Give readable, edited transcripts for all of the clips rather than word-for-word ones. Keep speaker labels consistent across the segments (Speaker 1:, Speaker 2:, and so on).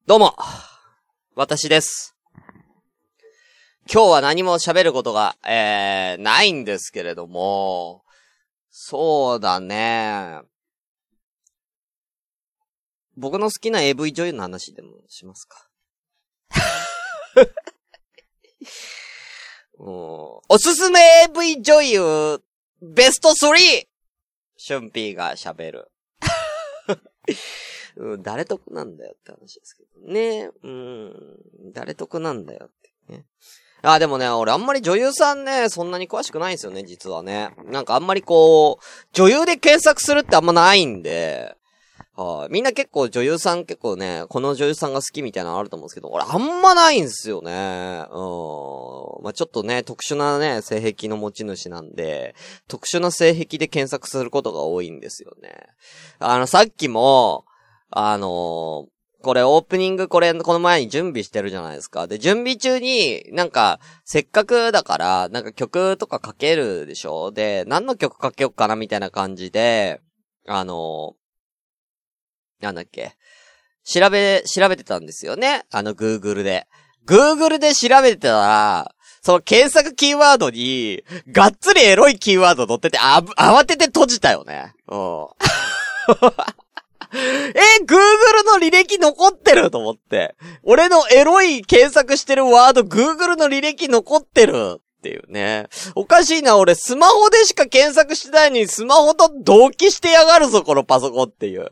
Speaker 1: どうも、私です。今日は何も喋ることが、ないんですけれども、そうだね。僕の好きな AV 女優の話でもしますか。おすすめ AV 女優、ベスト 3! シュンピーが喋る。誰得なんだよって話ですけどね。誰得なんだよってね。でもね、俺あんまり女優さんね、そんなに詳しくないんですよね、実はね。なんかあんまりこう、女優で検索するってあんまないんで、みんな結構女優さん結構ね、この女優さんが好きみたいなのあると思うんですけど、俺あんまないんですよね。まあ、ちょっとね、特殊なね、性癖の持ち主なんで、特殊な性癖で検索することが多いんですよね。さっきも、これオープニングこの前に準備してるじゃないですか。で、準備中になんか、せっかくだから、なんか曲とかかけるでしょ？で、何の曲かけようかなみたいな感じで、なんだっけ。調べてたんですよね。Google で。Google で調べてたら、その検索キーワードに、がっつりエロいキーワード載ってて、慌てて閉じたよね。Google の履歴残ってると思って。俺のエロい検索してるワード、Google の履歴残ってるっていうね。おかしいな、俺スマホでしか検索してないのに、スマホと同期してやがるぞ、このパソコンっていう。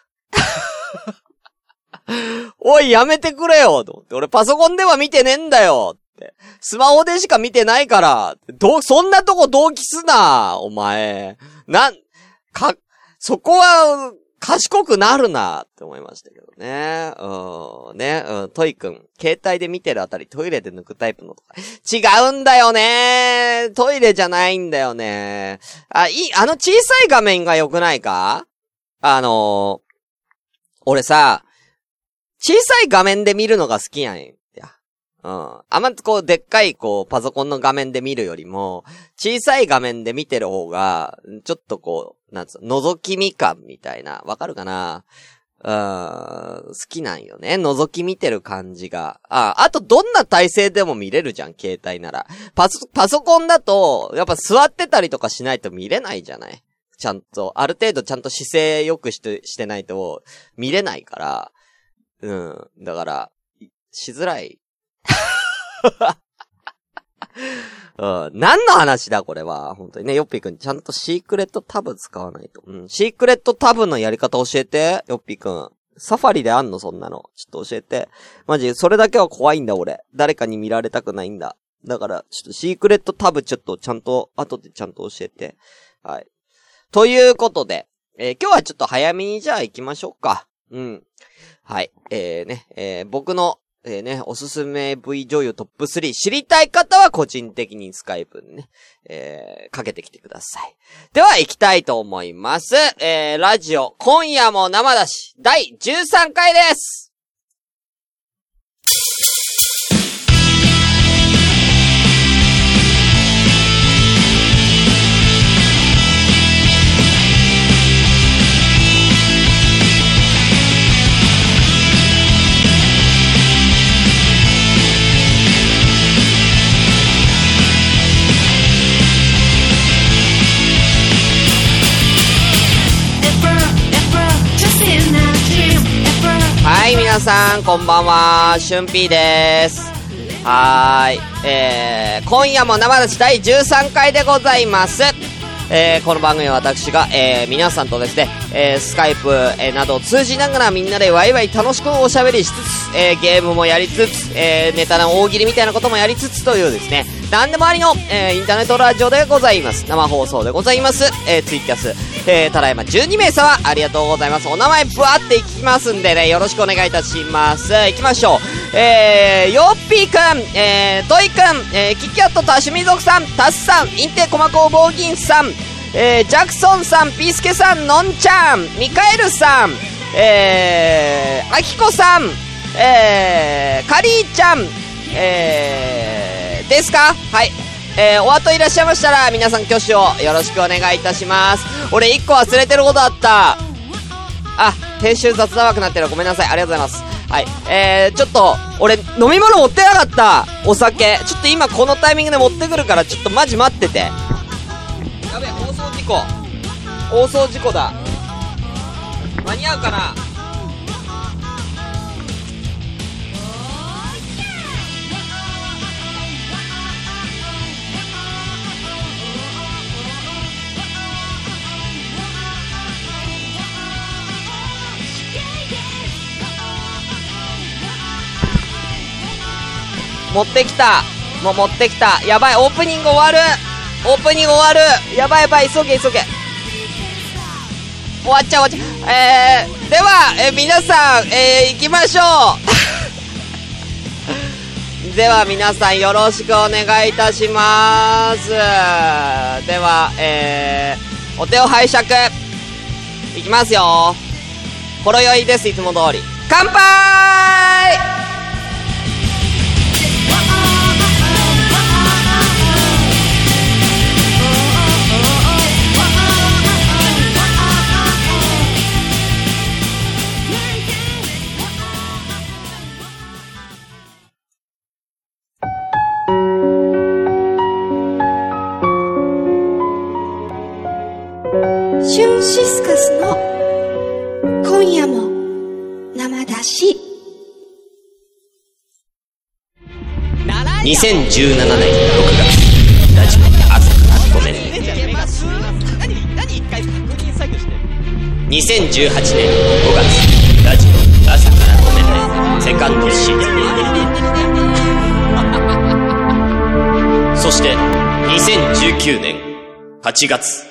Speaker 1: おい、やめてくれよと思って。俺パソコンでは見てねえんだよって。スマホでしか見てないから。そんなとこ同期すな、お前。そこは、賢くなるなって思いましたけどね。トイくん。携帯で見てるあたりトイレで抜くタイプのとか。違うんだよね。トイレじゃないんだよね。小さい画面が良くないか？俺さ、小さい画面で見るのが好きやんや。あんまこう、でっかいこう、パソコンの画面で見るよりも、小さい画面で見てる方が、ちょっとこう、覗き見感みたいな。わかるかな？好きなんよね。覗き見てる感じが。あとどんな体勢でも見れるじゃん、携帯なら。パソコンだと、やっぱ座ってたりとかしないと見れないじゃない。ちゃんと、ある程度ちゃんと姿勢良くしてないと見れないから。だから、しづらい。何の話だこれは。本当にね、ヨッピーくん、ちゃんとシークレットタブ使わないと。シークレットタブのやり方教えて、ヨッピーくん。サファリであんのそんなの。ちょっと教えて。マジ、それだけは怖いんだ俺。誰かに見られたくないんだ。だから、ちょっとシークレットタブちょっとちゃんと、後でちゃんと教えて。はい。ということで、今日はちょっと早めにじゃあ行きましょうか。はい。僕の、おすすめ V 女優トップ3知りたい方は個人的にスカイプにね、かけてきてください。では行きたいと思います。ラジオ、今夜も生だし、第13回です。はい、皆さん、こんばんは、しゅんぴーです。今夜も生だし第13回でございます。この番組は私が、皆さんとですね、スカイプ、などを通じながらみんなでワイワイ楽しくおしゃべりしつつ、ゲームもやりつつ、ネタの大喜利みたいなこともやりつつというですね、なんでもありの、インターネットラジオでございます。生放送でございます。ツイキャス、ただいま12名様ありがとうございます。お名前ぶわっていきますんでね、よろしくお願いいたします。いきましょう。ヨッピーくん、トイくん、キキャットとシュミ族さん、タスさん、インテコマ工房銀さん、ジャクソンさん、ピースケさん、のんちゃん、ミカエルさん、アキコさん、カリーちゃん、ですか？はい。お後いらっしゃいましたら、皆さん挙手をよろしくお願いいたします。俺1個忘れてることあった。編集雑談枠になってる。ごめんなさい。ありがとうございます。 はい。ちょっと、俺、飲み物持ってなかった。お酒。ちょっと今このタイミングで持ってくるから、ちょっとマジ待ってて。やべえ、放送事故。放送事故だ。間に合うかな。持ってきた。もう持ってきた。やばい、オープニング終わる。オープニング終わる。やばいやばい、急げ急げ。終わっちゃう終わっちゃう。では、皆さん、行きましょう。では皆さんよろしくお願いいたします。では、お手を拝借。いきますよ。ほろ酔いです、いつも通り。乾杯。
Speaker 2: シュンシスカスの今夜も生出し。
Speaker 1: 2017年6月、ラジオ朝からごめんね。2018年5月、ラジオ朝からごめんね。セカンドシーズン。そして2019年8月、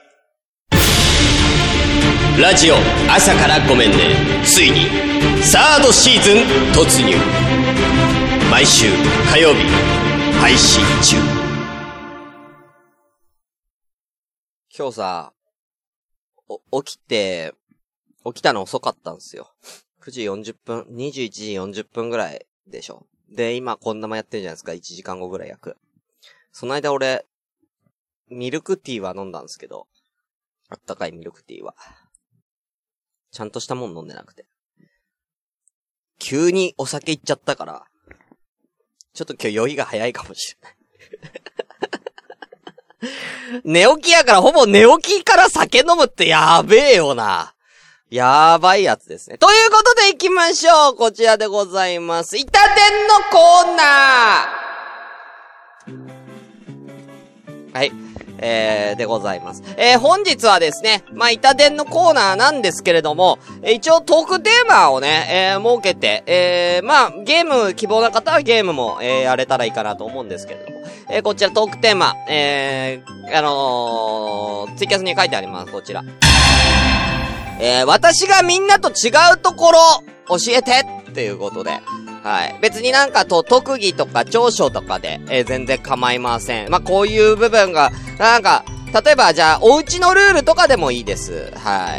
Speaker 1: ラジオ朝からごめんね、ついにサードシーズン突入。毎週火曜日配信中。今日さ、起きたの遅かったんですよ。9時40分、21時40分ぐらいでしょ。で、今こんなもやってるじゃないですか。1時間後ぐらい焼く。その間俺、ミルクティーは飲んだんですけど、あったかいミルクティーは。ちゃんとしたもん飲んでなくて。急にお酒いっちゃったから、ちょっと今日酔いが早いかもしれない。寝起きやからほぼ寝起きから酒飲むってやべえよな。やばいやつですね。ということで行きましょう。こちらでございます。板伝のコーナー。はい。でございます。本日はですね、板伝のコーナーなんですけれども、一応トークテーマをね、設けて、ゲーム希望な方はゲームも、やれたらいいかなと思うんですけれども、こちらトークテーマ、ツイキャスに書いてあります、こちら。私がみんなと違うところ、教えてっていうことで、はい。別になんか特技とか長所とかで、全然構いません。こういう部分が、なんか、例えばじゃあ、お家のルールとかでもいいです。はい。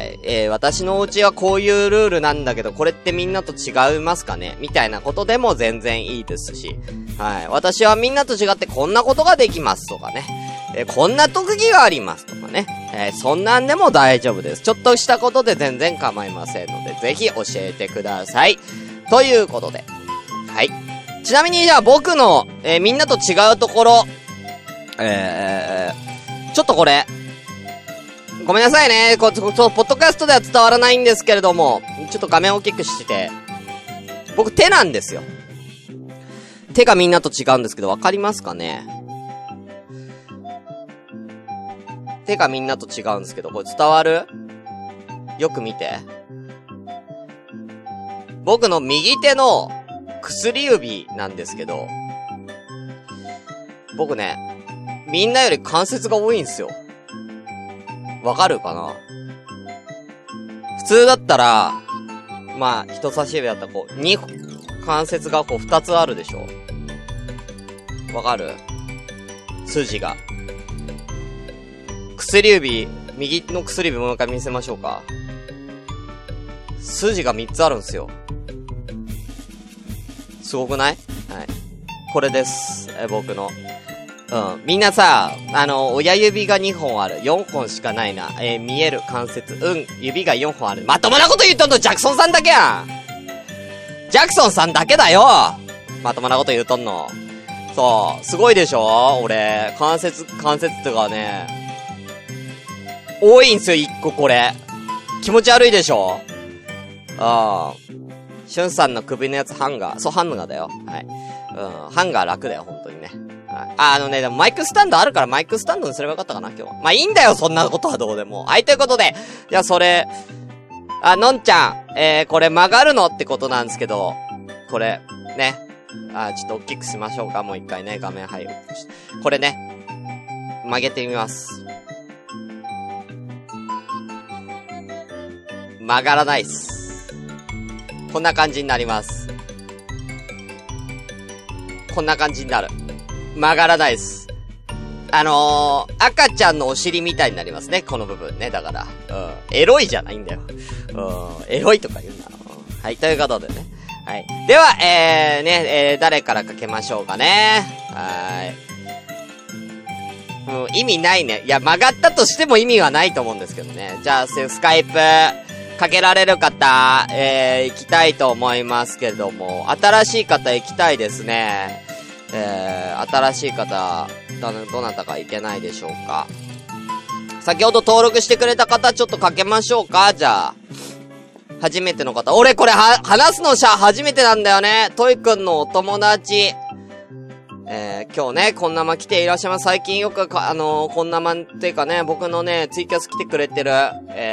Speaker 1: 私のお家はこういうルールなんだけど、これってみんなと違いますかねみたいなことでも全然いいですし、はい。私はみんなと違ってこんなことができますとかね。こんな特技がありますとかね。そんなんでも大丈夫です。ちょっとしたことで全然構いませんので、ぜひ教えてください。ということで。はい。ちなみにじゃあ僕の、みんなと違うところ、ちょっとこれ、ごめんなさいね。ポッドキャストでは伝わらないんですけれども、ちょっと画面大きくして、僕手なんですよ。手がみんなと違うんですけど、わかりますかね？手がみんなと違うんですけど、これ伝わる？よく見て。僕の右手の薬指なんですけど、僕ね、みんなより関節が多いんですよ。わかるかな？普通だったら、人差し指だったら関節が2つあるでしょ？わかる？筋が。薬指、右の薬指もう一回見せましょうか。筋が3つあるんですよ。すごくない？はい。これです。僕の。みんなさ、親指が2本ある。4本しかないな。見える関節。指が4本ある。まともなこと言っとんのジャクソンさんだけやん。 ジャクソンさんだけだよ。まともなこと言うとんの。そう、すごいでしょ俺、関節とかね、多いんすよ、一個これ。気持ち悪いでしょシュンさんの首のやつハンガー。そう、ハンガーだよ。はい。ハンガー楽だよ、本当にね。はい。でもマイクスタンドあるからマイクスタンドにすればよかったかな、今日。まあいいんだよ、そんなことはどうでも。はい、ということで。じゃあそれ、のんちゃん、これ曲がるのってことなんですけど、これ、ね。ちょっと大きくしましょうか、もう一回ね、画面入る。これね、曲げてみます。曲がらないっす。こんな感じになります。こんな感じになる。曲がらないっす。赤ちゃんのお尻みたいになりますね、この部分ね、だから。エロいじゃないんだよ。エロいとか言うんだ。はい、ということでね。はい。では、誰からかけましょうかね。意味ないね。いや、曲がったとしても意味はないと思うんですけどね。じゃあ、スカイプ、かけられる方、行きたいと思いますけれども、新しい方行きたいですね。新しい方、どなたか行けないでしょうか。先ほど登録してくれた方、ちょっとかけましょうか。じゃあ。初めての方。俺これ話すの初めてなんだよね。トイくんのお友達。今日ね、こんなま来ていらっしゃいます。最近よくこんなまっていうかね、僕のね、ツイキャス来てくれてる、あ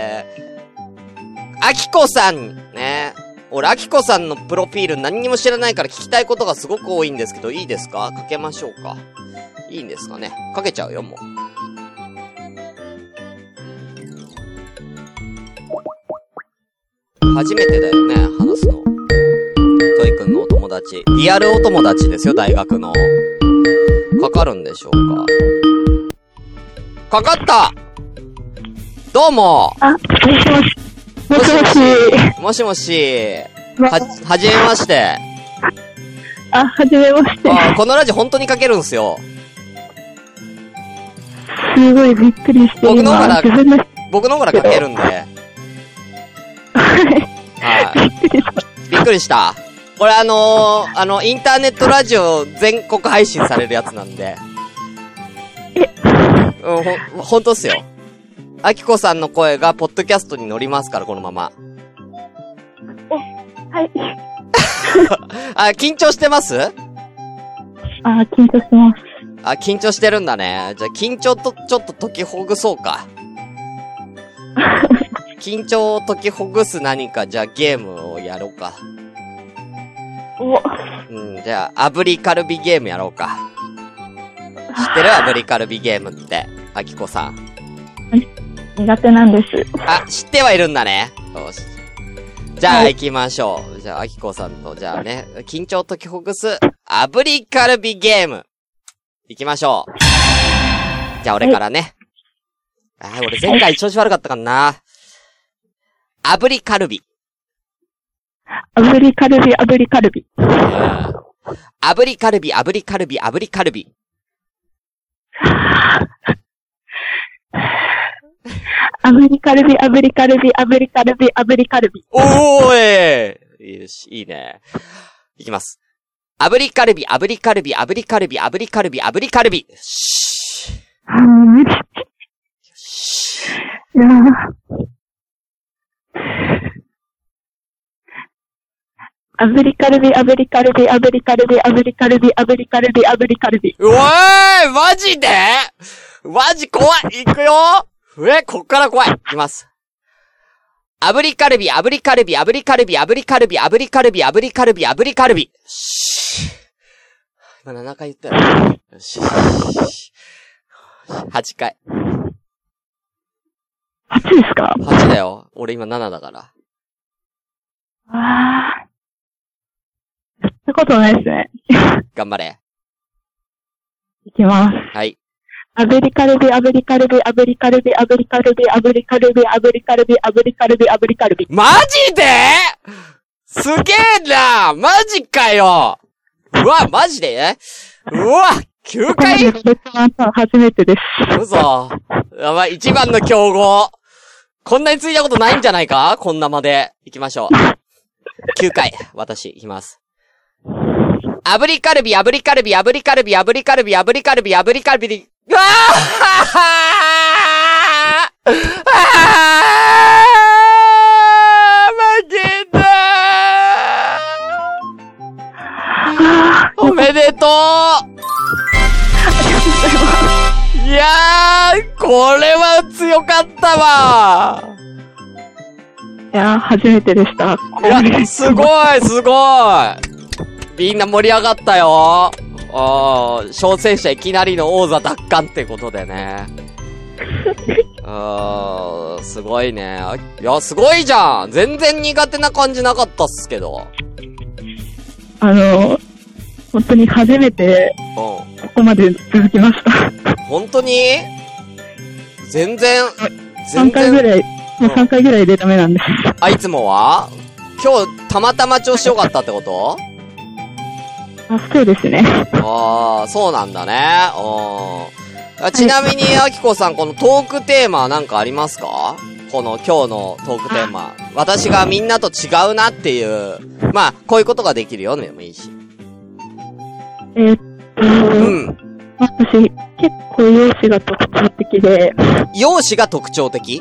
Speaker 1: きこさん、ね。俺、あきこさんのプロフィール何にも知らないから聞きたいことがすごく多いんですけど、いいですか？かけましょうか。いいんですかね？かけちゃうよ、もう。初めてだよね、話すの。トイくんのお友達。リアルお友達ですよ、大学の。かかるんでしょうか。かかった！どうも。
Speaker 3: もしもし。もしもし。
Speaker 1: もしもし。はじめまして。
Speaker 3: はじめまして。
Speaker 1: このラジオ本当にかけるんすよ。
Speaker 3: すごいびっくりして
Speaker 1: 僕の方からかけるんで。はい。びっくりした。これインターネットラジオ全国配信されるやつなんで。ほんとっすよ。あきこさんの声がポッドキャストに乗りますから、このまま。
Speaker 3: はい。
Speaker 1: 緊張してます？
Speaker 3: 緊張してます。
Speaker 1: 緊張してるんだね。じゃあ緊張とちょっと解きほぐそうか。緊張を解きほぐす何か、じゃあゲームをやろうか。じゃあ、炙りカルビゲームやろうか。知ってる？炙りカルビゲームって、あきこさん。
Speaker 3: 苦手なんです。
Speaker 1: 知ってはいるんだね。よし。じゃあ行きましょう。じゃあ、あきこさんと、じゃあね、緊張を解きほぐす、炙りカルビゲーム。行きましょう。じゃあ俺からね。俺前回調子悪かったかな。炙りカルビ。
Speaker 3: 炙りカルビ、炙りカルビ。
Speaker 1: 炙りカルビ、炙りカルビ、炙りカルビ。
Speaker 3: 炙りカルビ、炙りカルビ、炙りカルビ、炙りカルビ。
Speaker 1: おーい！よし、いいね。いきます。炙りカルビ、炙りカルビ、炙りカルビ、炙りカルビ、炙りカルビ。
Speaker 3: 無理。いや炙りカルビ、炙りカルビ、炙りカルビ、炙りカルビ、炙りカルビ、炙りカルビ。
Speaker 1: うわーい！マジで？マジ怖い！いくよこっから怖い！いきます。炙りカルビ、炙りカルビ、炙りカルビ、炙りカルビ、炙りカルビ、炙りカルビ、炙りカルビ。今7回言ったよ。よし。8回。
Speaker 3: 8ですか？
Speaker 1: 8 だよ。俺今7だから。
Speaker 3: やったことないですね。
Speaker 1: 頑張れ。
Speaker 3: いきます。
Speaker 1: はい。
Speaker 3: 炙りカルビ、炙りカルビ、炙りカルビ、炙りカルビ、炙りカルビ、炙りカルビ、炙りカルビ、炙りカルビ。
Speaker 1: マジですげえな！マジかよ！うわ、マジで？うわ !9 回
Speaker 3: 初めてです。
Speaker 1: 嘘。やばい、一番の競合。こんなについたことないんじゃないか？こんなまで。行きましょう。 9回、私、いきます。炙りカルビ、炙りカルビ、炙りカルビ、炙りカルビ、炙りカルビ、炙りカルビ、うわー負けたーおめでとういやー、これは強かったわ
Speaker 3: いやー、初めてでした。
Speaker 1: いや、すごい、すごいみんな盛り上がったよ挑戦者いきなりの王座奪還ってことでね。すごいね。いや、すごいじゃん全然苦手な感じなかったっすけど。
Speaker 3: 本当に初めて、ここまで続きました。
Speaker 1: 本当に全然。
Speaker 3: 3回ぐらい、もう3回ぐらいでダメなんです。
Speaker 1: あ、いつもは今日、たまたま調子良かったってこと？
Speaker 3: あ、そうですね。
Speaker 1: そうなんだね。ちなみに、あきこさん、このトークテーマは何かありますか？この今日のトークテーマ。私がみんなと違うなっていう、まあ、こういうことができるよでもいいし。
Speaker 3: うん。私、結構容姿が特徴的で。
Speaker 1: 容姿が特徴的？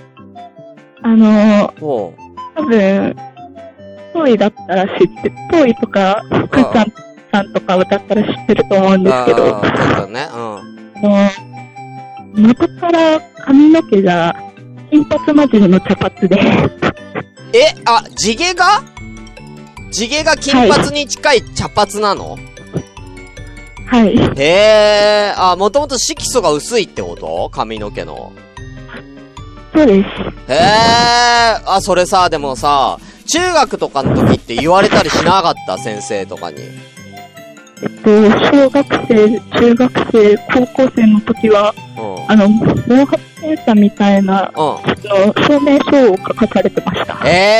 Speaker 3: 多分、トイだったら知って、トイとか、福さんとかだったら知ってると思うんですけど。
Speaker 1: そうだね。
Speaker 3: 元から髪の毛が、金髪混じりの茶髪で。
Speaker 1: 地毛が金髪に近い茶髪なの？
Speaker 3: はい。
Speaker 1: もともと色素が薄いってこと？髪の毛の。
Speaker 3: そうです。
Speaker 1: それさ、でもさ、中学とかの時って言われたりしなかった先生とかに。
Speaker 3: 小学生、中学生、高校生の時は、毛髪検査みたいな、証明書を書かされてました。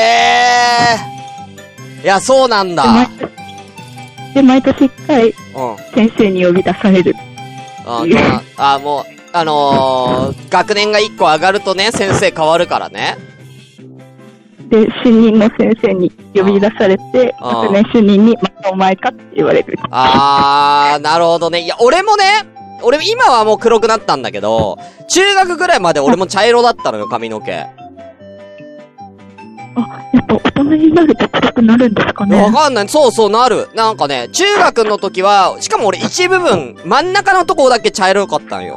Speaker 1: いや、そうなんだ。
Speaker 3: で、毎年1回、先生に呼び出される。
Speaker 1: もう、学年が1個上がるとね、先生変わるからね。
Speaker 3: で、主任の先生に呼び出されて、学年主任に、またお前かって言われる。
Speaker 1: なるほどね。いや、俺今はもう黒くなったんだけど、中学ぐらいまで俺も茶色だったのよ、髪の毛。
Speaker 3: やっぱ大人になると黒くなるんですかね？
Speaker 1: わかんない。そうなる。なんかね、中学の時は、しかも俺一部分、真ん中のとこだけ茶色かったんよ。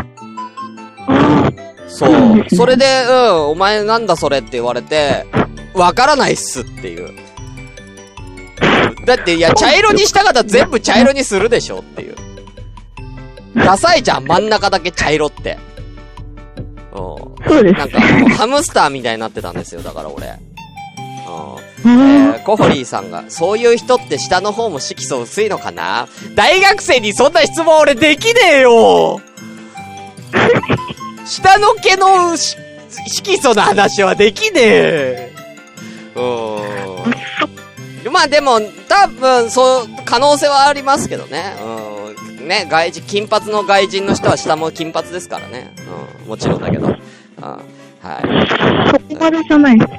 Speaker 1: そう。それで、お前なんだそれって言われて、わからないっすっていう。だって、いや、茶色にしたかったら全部茶色にするでしょっていう。ダサいじゃん、真ん中だけ茶色って。
Speaker 3: そうです。
Speaker 1: なんか、ハムスターみたいになってたんですよ、だから俺。コホリーさんが、そういう人って下の方も色素薄いのかな？大学生にそんな質問俺できねえよ下の毛の色素の話はできねえ。まあでも、多分、可能性はありますけどね。ね、金髪の外人の人は下も金髪ですからね。もちろんだけど。はい。
Speaker 3: そこまでじゃないです。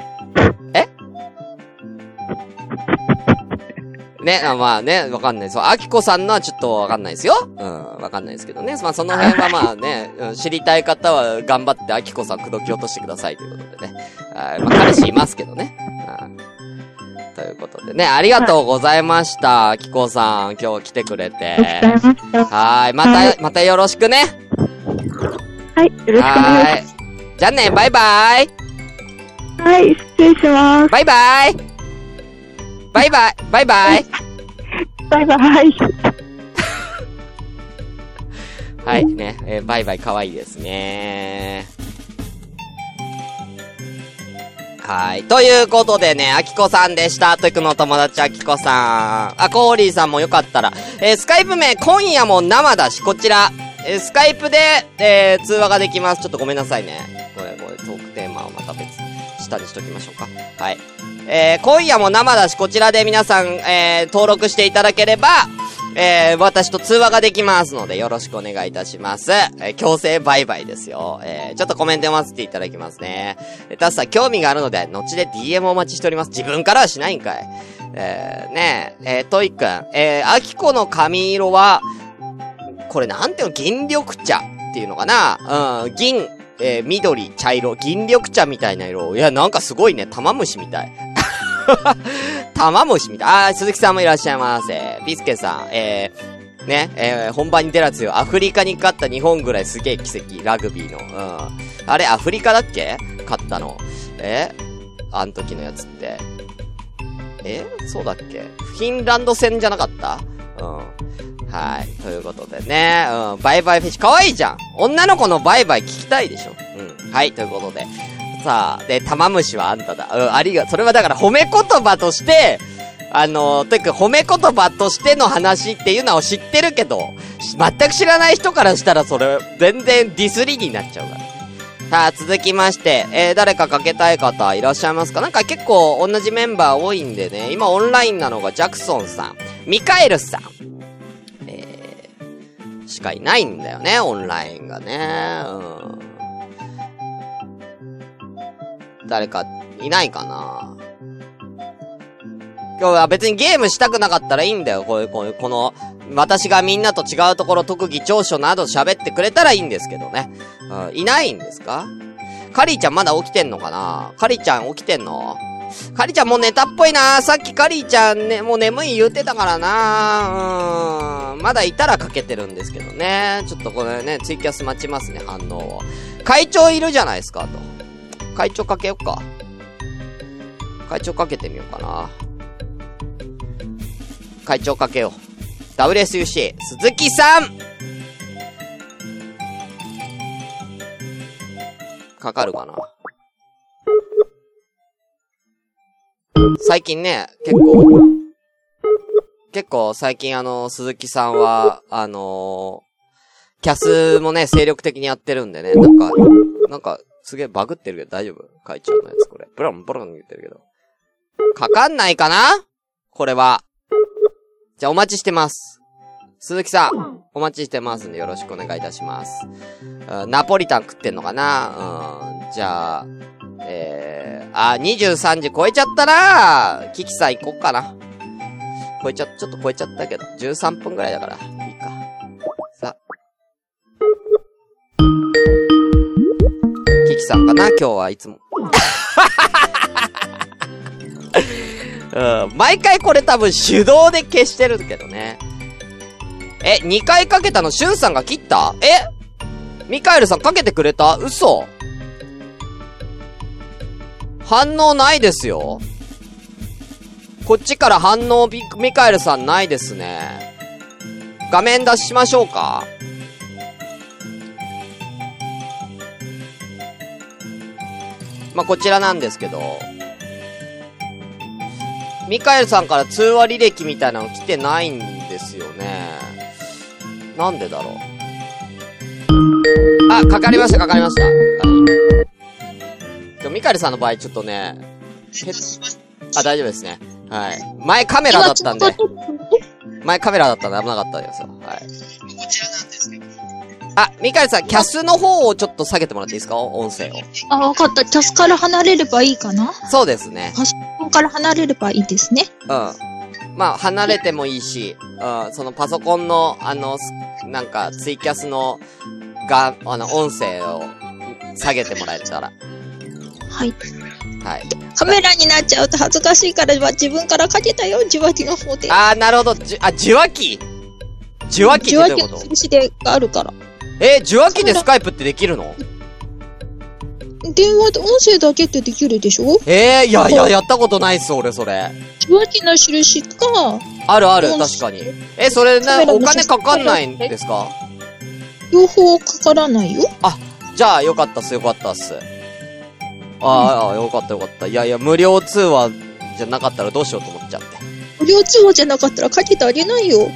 Speaker 1: ね、まあね、わかんない。アキコさんのはちょっとわかんないですよ。わかんないですけどね。まあその辺はまあね、知りたい方は頑張ってアキコさん口説き落としてくださいということでね。まあ彼氏いますけどね。ということでね、ありがとうございました。アキコさん、今日来てくれて。はい。またよろしくね。
Speaker 3: はい、よろしくお願いします。
Speaker 1: じゃあね、バイバイ。
Speaker 3: はい、失礼します。
Speaker 1: バイバイ。バイバイ。バイバイ。
Speaker 3: バイバイ。
Speaker 1: はいね、バイバイ可愛いですね。はい。ということでね、あきこさんでした。トイクの友達あきこさん。コーリーさんもよかったら。スカイプ名今夜も生だし、こちら。スカイプで、通話ができます。ちょっとごめんなさいね。これ、トークテーマをまた別、下にしときましょうか。はい。今夜も生だし、こちらで皆さん、登録していただければ、 私と通話ができますので、よろしくお願いいたします。強制売買ですよ。ちょっとコメント読ませていただきますね。タスさん、興味があるので、後で DM お待ちしております。自分からはしないんかい。トイくん、アキコの髪色は、これなんていうの、銀緑茶っていうのかな？銀、緑、茶色、銀緑茶みたいな色。いや、なんかすごいね、玉虫みたい。玉虫みたい。鈴木さんもいらっしゃいませ。ビスケさん、本番に出らずよ。アフリカに勝った日本ぐらいすげえ奇跡。ラグビーの。あれ、アフリカだっけ？勝ったの。あん時のやつって。そうだっけ？フィンランド戦じゃなかった？はい。ということでね。バイバイフィッシュ。かわいいじゃん。女の子のバイバイ聞きたいでしょ。はい。ということで。さあ、で、玉虫はあんただ。それはだから褒め言葉として、とにかく褒め言葉としての話っていうのは知ってるけど、全く知らない人からしたらそれ、全然ディスりになっちゃうから。さあ、続きまして、誰かかけたい方いらっしゃいますか？なんか結構同じメンバー多いんでね、今オンラインなのがジャクソンさん、ミカエルさん、しかいないんだよね、オンラインがね。誰かいないかな。今日は別にゲームしたくなかったらいいんだよ。この、私がみんなと違うところ特技長所など喋ってくれたらいいんですけどね。いないんですか？カリーちゃんまだ起きてんのかな？カリーちゃん起きてんの？カリーちゃんもう寝たっぽいな。さっきカリーちゃんね、もう眠い言うてたからな。まだいたらかけてるんですけどね。ちょっとこれね、ツイキャス待ちますね、反応を。会長いるじゃないですか、と。会長かけよっか。会長かけてみようかな。会長かけよう。WSUC、鈴木さんかかるかな。最近ね、結構最近鈴木さんは、キャスもね、精力的にやってるんでね、なんか、すげえバグってるけど大丈夫？会長のやつこれ。ブロン言ってるけど。かかんないかな？これは。じゃあお待ちしてます。鈴木さん、お待ちしてますんでよろしくお願いいたします。ナポリタン食ってんのかな？じゃあ、23時超えちゃったな。キキさん行こっかな。ちょっと超えちゃったけど、13分ぐらいだから、いいか。さキキさんかな今日はいつも。毎回これ多分手動で消してるけどね。2回かけたのシュンさんが切った？ミカエルさんかけてくれた？嘘？反応ないですよ。こっちから反応ミカエルさんないですね。画面出しましょうか？こちらなんですけど、ミカエルさんから通話履歴みたいなの来てないんですよね。なんでだろう。かかりました。はい。ミカエルさんの場合ちょっとね、大丈夫ですね。はい。前カメラだったんで危なかったですよ。はい。こちらなんですけど。ミカエルさん、キャスの方をちょっと下げてもらっていいですか？音声を。
Speaker 4: わかった。キャスから離れればいいかな？そう
Speaker 1: ですね。
Speaker 4: パソコンから離れればいいですね。
Speaker 1: 離れてもいいし、そのパソコンの、なんか、ツイキャスの、音声を下げてもらえたら。
Speaker 4: はい。
Speaker 1: はい。
Speaker 4: カメラになっちゃうと恥ずかしいから自分からかけたよ、受話器の方で。
Speaker 1: なるほど。受話器ってどういうこと？
Speaker 4: 受話器の印であるから。
Speaker 1: 受話器でスカイプってできるの？
Speaker 4: 電話で音声だけってできるでしょ？
Speaker 1: いや、やったことないっす、俺、それ。
Speaker 4: 受話器の印か。
Speaker 1: ある、確かに。それね、お金かかんないんですか？
Speaker 4: 両方かからないよ。
Speaker 1: じゃあ、よかったっす。よかった。いや、無料通話じゃなかったらどうしようと思っちゃって。
Speaker 4: 無料通話じゃなかったらかけてあげないよ。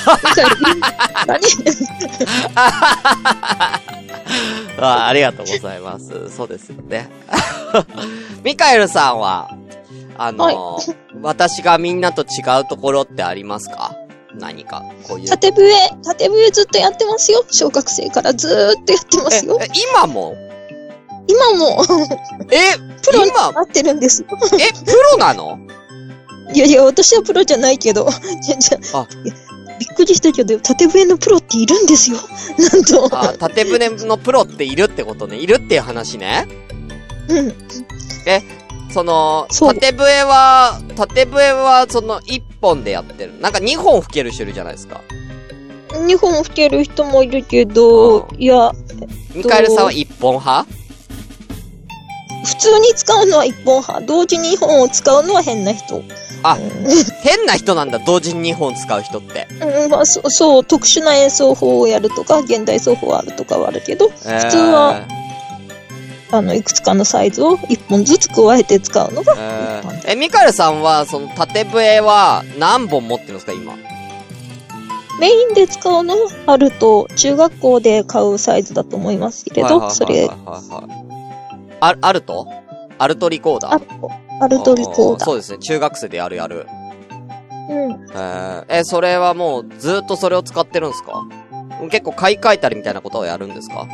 Speaker 1: ありがとうございます。そうですよね。ミカエルさんは、私がみんなと違うところってありますか？ 何か、こういう。
Speaker 4: 縦笛ずっとやってますよ。小学生からずーっとやってますよ。
Speaker 1: 今も
Speaker 4: プロになってるんですよ。
Speaker 1: プロなの？
Speaker 4: いや、私はプロじゃないけど。びっくりしたけど、縦笛のプロっているんですよ。なんと。
Speaker 1: 縦笛のプロっているってことね。いるっていう話ね。
Speaker 4: うん。
Speaker 1: 縦笛は、1本でやってる。なんか2本吹ける人いるじゃないですか。
Speaker 4: 2本吹ける人もいるけど、いや。
Speaker 1: ミカエルさんは1本派？
Speaker 4: 普通に使うのは1本派。同時に2本を使うのは変な人。
Speaker 1: 変な人なんだ、同時に2本使う人って。
Speaker 4: そう、特殊な演奏法をやるとか、現代奏法あるとかはあるけど、普通は、いくつかのサイズを1本ずつ加えて使うのが、
Speaker 1: ミカエルさんは、その縦笛は何本持ってるんですか、今。
Speaker 4: メインで使うのは、あると、中学校で買うサイズだと思いますけど、それ。
Speaker 1: アルトリコーダー？
Speaker 4: アルトリコーダー。
Speaker 1: そうですね。中学生でやる。
Speaker 4: うん。
Speaker 1: それはもうずっとそれを使ってるんですか？結構買い替えたりみたいなことをやるんですか？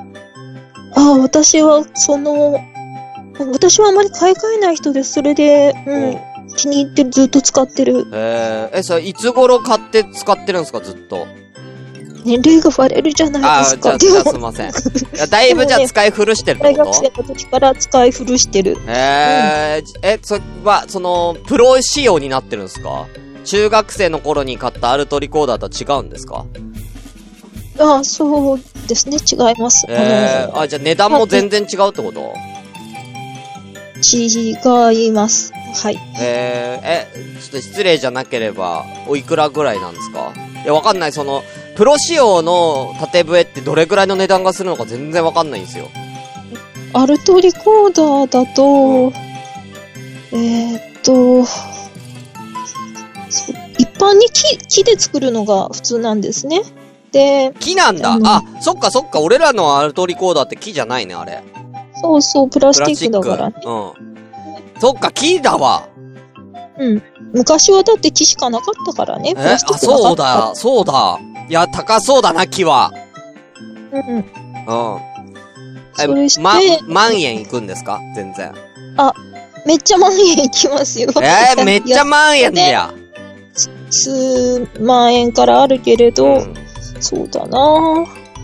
Speaker 4: 私はあまり買い替えない人です。それで、気に入ってずっと使ってる。
Speaker 1: それいつ頃買って使ってるんですか、ずっと。
Speaker 4: 年齢がバレるじゃないですか。
Speaker 1: じゃあすいません。だいぶじゃあ使い古してるってこと？
Speaker 4: 大学生の時から使い古してる。
Speaker 1: それは、プロ仕様になってるんですか？中学生の頃に買ったアルトリコーダーとは違うんですか？
Speaker 4: そうですね、違います。
Speaker 1: じゃあ値段も全然違うってこと？
Speaker 4: 違います。はい。
Speaker 1: ちょっと失礼じゃなければ、おいくらぐらいなんですか？いや、わかんない。プロ仕様の縦笛ってどれぐらいの値段がするのか全然わかんないんですよ。
Speaker 4: アルトリコーダーだと、一般に木で作るのが普通なんですね。で、
Speaker 1: 木なんだ。そっか。俺らのアルトリコーダーって木じゃないね、あれ。
Speaker 4: そう、プラスチックだからね。
Speaker 1: そっか、木だわ。
Speaker 4: うん。昔はだって木しかなかったからね。プラスチックなかった。
Speaker 1: そうだ。いや、高そうだな、木は。
Speaker 4: それして、
Speaker 1: 万円いくんですか？全然。
Speaker 4: めっちゃ万円いきますよ。
Speaker 1: めっちゃ万円だや。
Speaker 4: 数万円からあるけれど、そうだな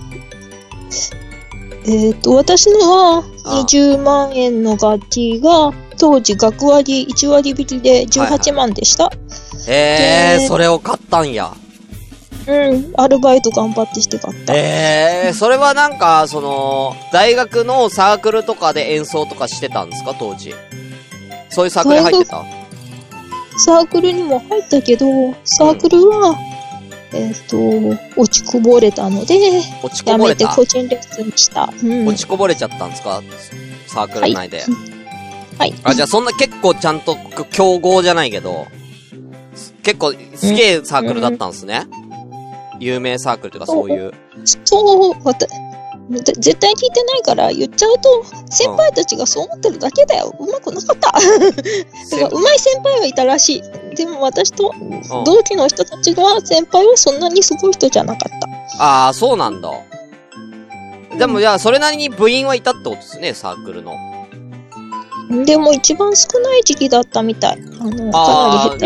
Speaker 4: 私のは20万円の楽器が当時学割1割引きで18万でした。
Speaker 1: それを買ったんや。
Speaker 4: アルバイト頑張ってして買った。
Speaker 1: それはなんか、大学のサークルとかで演奏とかしてたんですか、当時。そういうサークル入ってた？
Speaker 4: サークルにも入ったけど、サークルは、落ちこぼれたので、やめて個人レッスンした。
Speaker 1: 落ちこぼれちゃったんですか？サークル内で。
Speaker 4: はい。
Speaker 1: じゃあそんな結構ちゃんと競合じゃないけど、結構すげえサークルだったんですね。有名サークルとかそういう。
Speaker 4: 絶対聞いてないから言っちゃうと、先輩たちがそう思ってるだけだよ。うまくなかった。だからうまい先輩はいたらしい。でも私と同期の人たちは先輩はそんなにすごい人じゃなかった。
Speaker 1: そうなんだ。でもじゃあそれなりに部員はいたってことですね、サークルの。
Speaker 4: でも一番少ない時期だったみたい。かなり減った。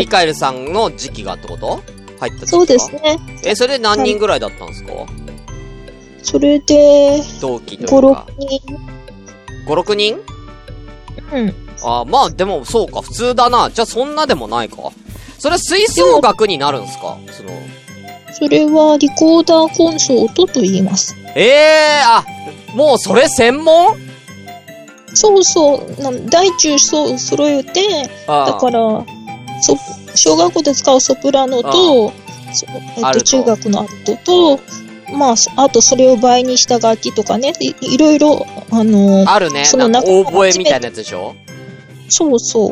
Speaker 1: ミカエルさんの時期がってこと？入った時期が。
Speaker 4: そうですね。
Speaker 1: それで何人ぐらいだったんですか？
Speaker 4: それで、
Speaker 1: 同期というか。
Speaker 4: 5、6人。
Speaker 1: 5、6人？まあでもそうか、普通だな。じゃあそんなでもないか。それは吹奏楽になるんですか？
Speaker 4: それはリコーダーコンソートと言います。
Speaker 1: もうそれ専門？
Speaker 4: そう。大中揃えて、だから、小学校で使うソプラノと、中学のアルトと、あとそれを倍にした楽器とかね、いろいろ、
Speaker 1: あるね。なんかオーボエみたいなやつでしょ？
Speaker 4: そう。そう、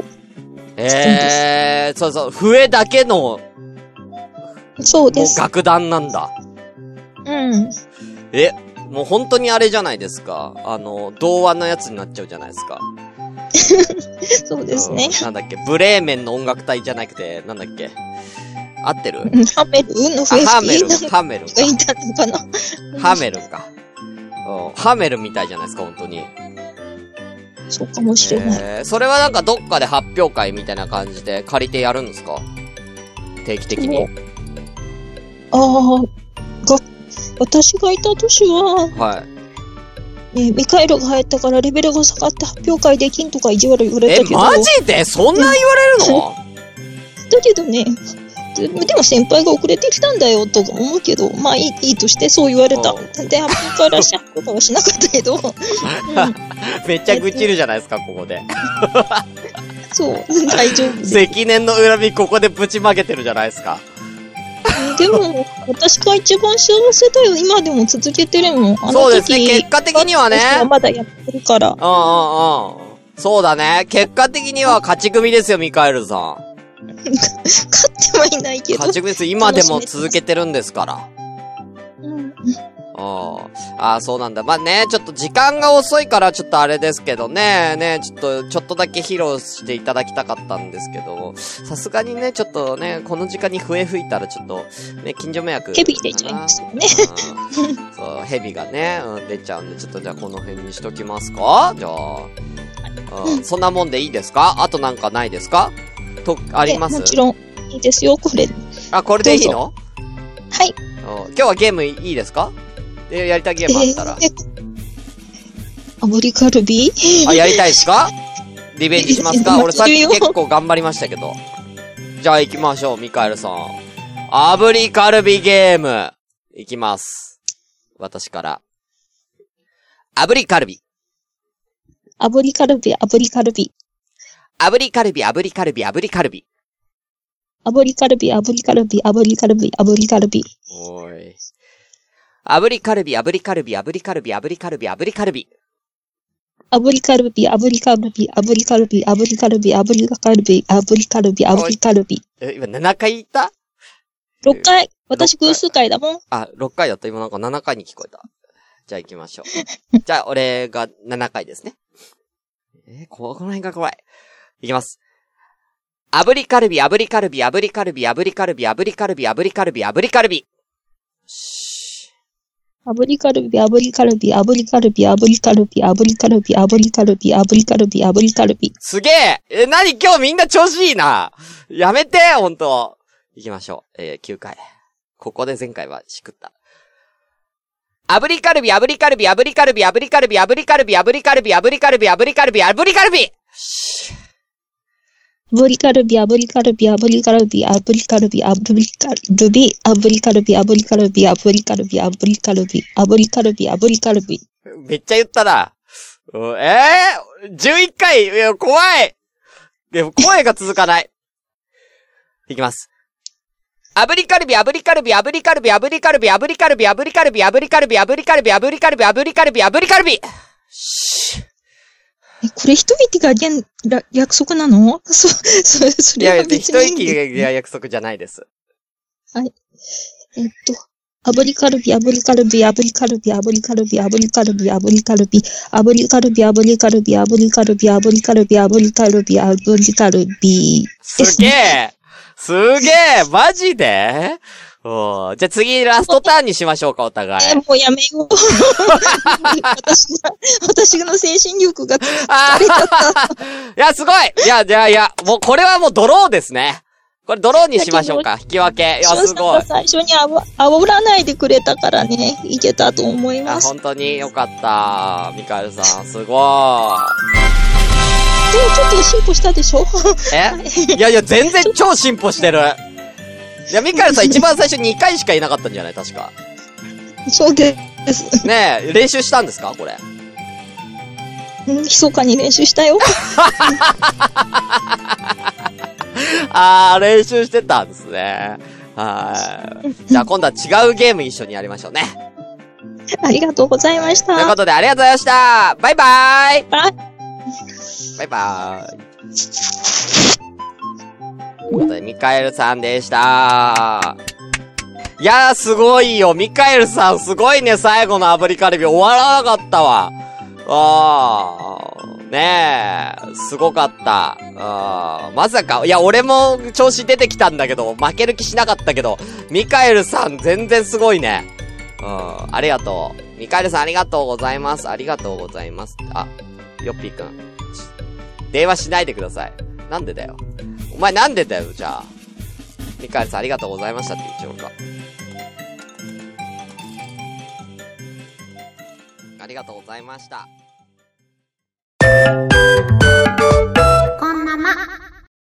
Speaker 1: 笛だけの、
Speaker 4: そうです。
Speaker 1: もう楽団なんだ。もう本当にあれじゃないですか。童話のやつになっちゃうじゃないですか。
Speaker 4: そうですね。
Speaker 1: なんだっけ、ブレーメンの音楽隊じゃなくて、なんだっけ。 合ってる？
Speaker 4: ハメルンのフェス
Speaker 1: ハメルン。ハメルン。
Speaker 4: がいたのかな。
Speaker 1: ハメルンか。ハメルンみたいじゃないですか、本当に。
Speaker 4: そうかもしれない。
Speaker 1: それはなんかどっかで発表会みたいな感じで借りてやるんですか？定期的に。
Speaker 4: 私がいた年は、
Speaker 1: はい。
Speaker 4: ね、ミカエルが入ったからレベルが下がって発表会できんとか意地悪言われたけど。
Speaker 1: マジでそんな言われるの？
Speaker 4: だけどね、でも先輩が遅れてきたんだよとか思うけど、まあいいとしてそう言われた。で、発表会らしいことはしなかったけど。
Speaker 1: めっちゃ愚痴るじゃないですか、ここで。
Speaker 4: そう、大丈夫。
Speaker 1: 積年の恨みここでぶちまけてるじゃないですか。
Speaker 4: でも、私が一番幸せだよ。今でも続けてるもん。
Speaker 1: そうですね、結果的にはね。
Speaker 4: まだやってるから。
Speaker 1: そうだね。結果的には勝ち組ですよ、ミカエルさん。
Speaker 4: 勝ってはいないけど。
Speaker 1: 勝ち組です。今でも続けてるんですから。そうなんだ。まあね、ちょっと時間が遅いからちょっとあれですけどね、ちょっとだけ披露していただきたかったんですけど、さすがにね、ちょっとね、この時間に笛吹いたらちょっと、ね、近所迷惑。
Speaker 4: ヘビ出ちゃいますよね。
Speaker 1: そう、ヘビがね、出ちゃうんで、ちょっとじゃあこの辺にしときますか？じゃあ、そんなもんでいいですか？あとなんかないですか？あります？
Speaker 4: もちろん、いいですよ、これ。
Speaker 1: これでいいの？
Speaker 4: はい。
Speaker 1: 今日はゲームいいですか？やりたいゲームあったら。
Speaker 4: 炙りカルビ？
Speaker 1: やりたいですか？リベンジしますか？俺さっき結構頑張りましたけど。じゃあ行きましょう、ミカエルさん。炙りカルビゲーム。行きます。私から。炙りカルビ。
Speaker 4: 炙りカルビ、炙りカルビ。
Speaker 1: 炙りカルビ、炙りカルビ、炙りカルビ。
Speaker 4: 炙りカルビ、炙りカルビ、炙りカルビ、炙りカルビ。
Speaker 1: おーい。炙りカルビ、炙りカルビ、炙りカルビ、炙りカルビ、炙りカルビ。
Speaker 4: 炙りカルビ、炙りカルビ、炙りカルビ、炙りカルビ、炙りカルビ、炙りカルビ、炙りカルビ。
Speaker 1: 今7回言った？
Speaker 4: 6回。私偶数回だもん。
Speaker 1: 6回だった。今なんか7回に聞こえた。じゃあ行きましょう。じゃあ俺が7回ですね。この辺が怖い。いきます。炙りカルビ、炙りカルビ、炙りカルビ、炙りカルビ、炙りカルビ、炙りカルビ、炙りカルビ。
Speaker 4: 炙りカルビ、炙りカルビ、炙りカルビ、炙りカルビ、炙りカルビ、炙りカルビ、炙りカルビ、炙りカルビ。
Speaker 1: すげえ！何今日みんな調子いいな！やめてほんと！行きましょう。9回。ここで前回はしくった。炙りカルビ、炙りカルビ、炙りカルビ、炙りカルビ、炙りカルビ、炙りカルビ、炙りカルビ、炙りカルビ、炙りカルビ！
Speaker 4: 炙りカルビ、炙りカルビ、炙りカルビ、炙りカルビ、炙りカルビ、炙りカルビ、炙りカルビ、炙りカルビ、炙りカルビ、炙りカルビ、炙りカルビ。
Speaker 1: めっちゃ言ったな。11回、いや、怖い。でも声が続かない。いきます。炙りカルビ、炙りカルビ、炙りカルビ、炙りカルビ、炙りカルビ、炙りカルビ、炙りカルビ、炙りカルビ、炙りカルビ、炙りカルビ、炙りカルビ。
Speaker 4: これ一息が約束なの？それは別に。
Speaker 1: 一息が約束じゃないです。
Speaker 4: はい。炙りカルビ、炙りカルビ、炙りカルビ、炙りカルビ、炙りカルビ、炙りカルビ、炙りカルビ、炙りカルビ、炙りカルビ、炙りカルビ、炙りカルビ、炙りカルビ。
Speaker 1: すげえ！すげえ！マジで？じゃあ次ラストターンにしましょうか、お互い。
Speaker 4: もうやめよう。私の精神力が疲れちゃった。
Speaker 1: いや、すごい！いや、もうこれはもうドローですね。これドローにしましょうか、引き分け。いや、すごい。
Speaker 4: 最初に煽らないでくれたからね、いけたと思います。
Speaker 1: 本当によかった。ミカエルさん、すごい。
Speaker 4: でもちょっと進歩したでしょ？
Speaker 1: いや、全然超進歩してる。いや、ミカエルさん一番最初2回しかいなかったんじゃない？確か。
Speaker 4: そうです。
Speaker 1: ねえ、練習したんですかこれ。
Speaker 4: 密かに練習したよ。
Speaker 1: 練習してたんですね。はい。じゃあ今度は違うゲーム一緒にやりましょうね。
Speaker 4: ありがとうございました。
Speaker 1: ということでありがとうございました。バイバーイ。バイバーイ。ということで、ミカエルさんでした。いやー、すごいよ。ミカエルさん、すごいね。最後の炙りカルビ終わらなかったわ。 ねえ、すごかった。まさか、いや、俺も調子出てきたんだけど、負ける気しなかったけど、ミカエルさん全然すごいね。ありがとう。ミカエルさんありがとうございます。ありがとうございます。あ、ヨッピーくん。電話しないでください。なんでだよ。お前なんでだよ、じゃあ。ミカエルさんありがとうございましたって言っちゃおうか。ありがとうございました。
Speaker 2: こんなま。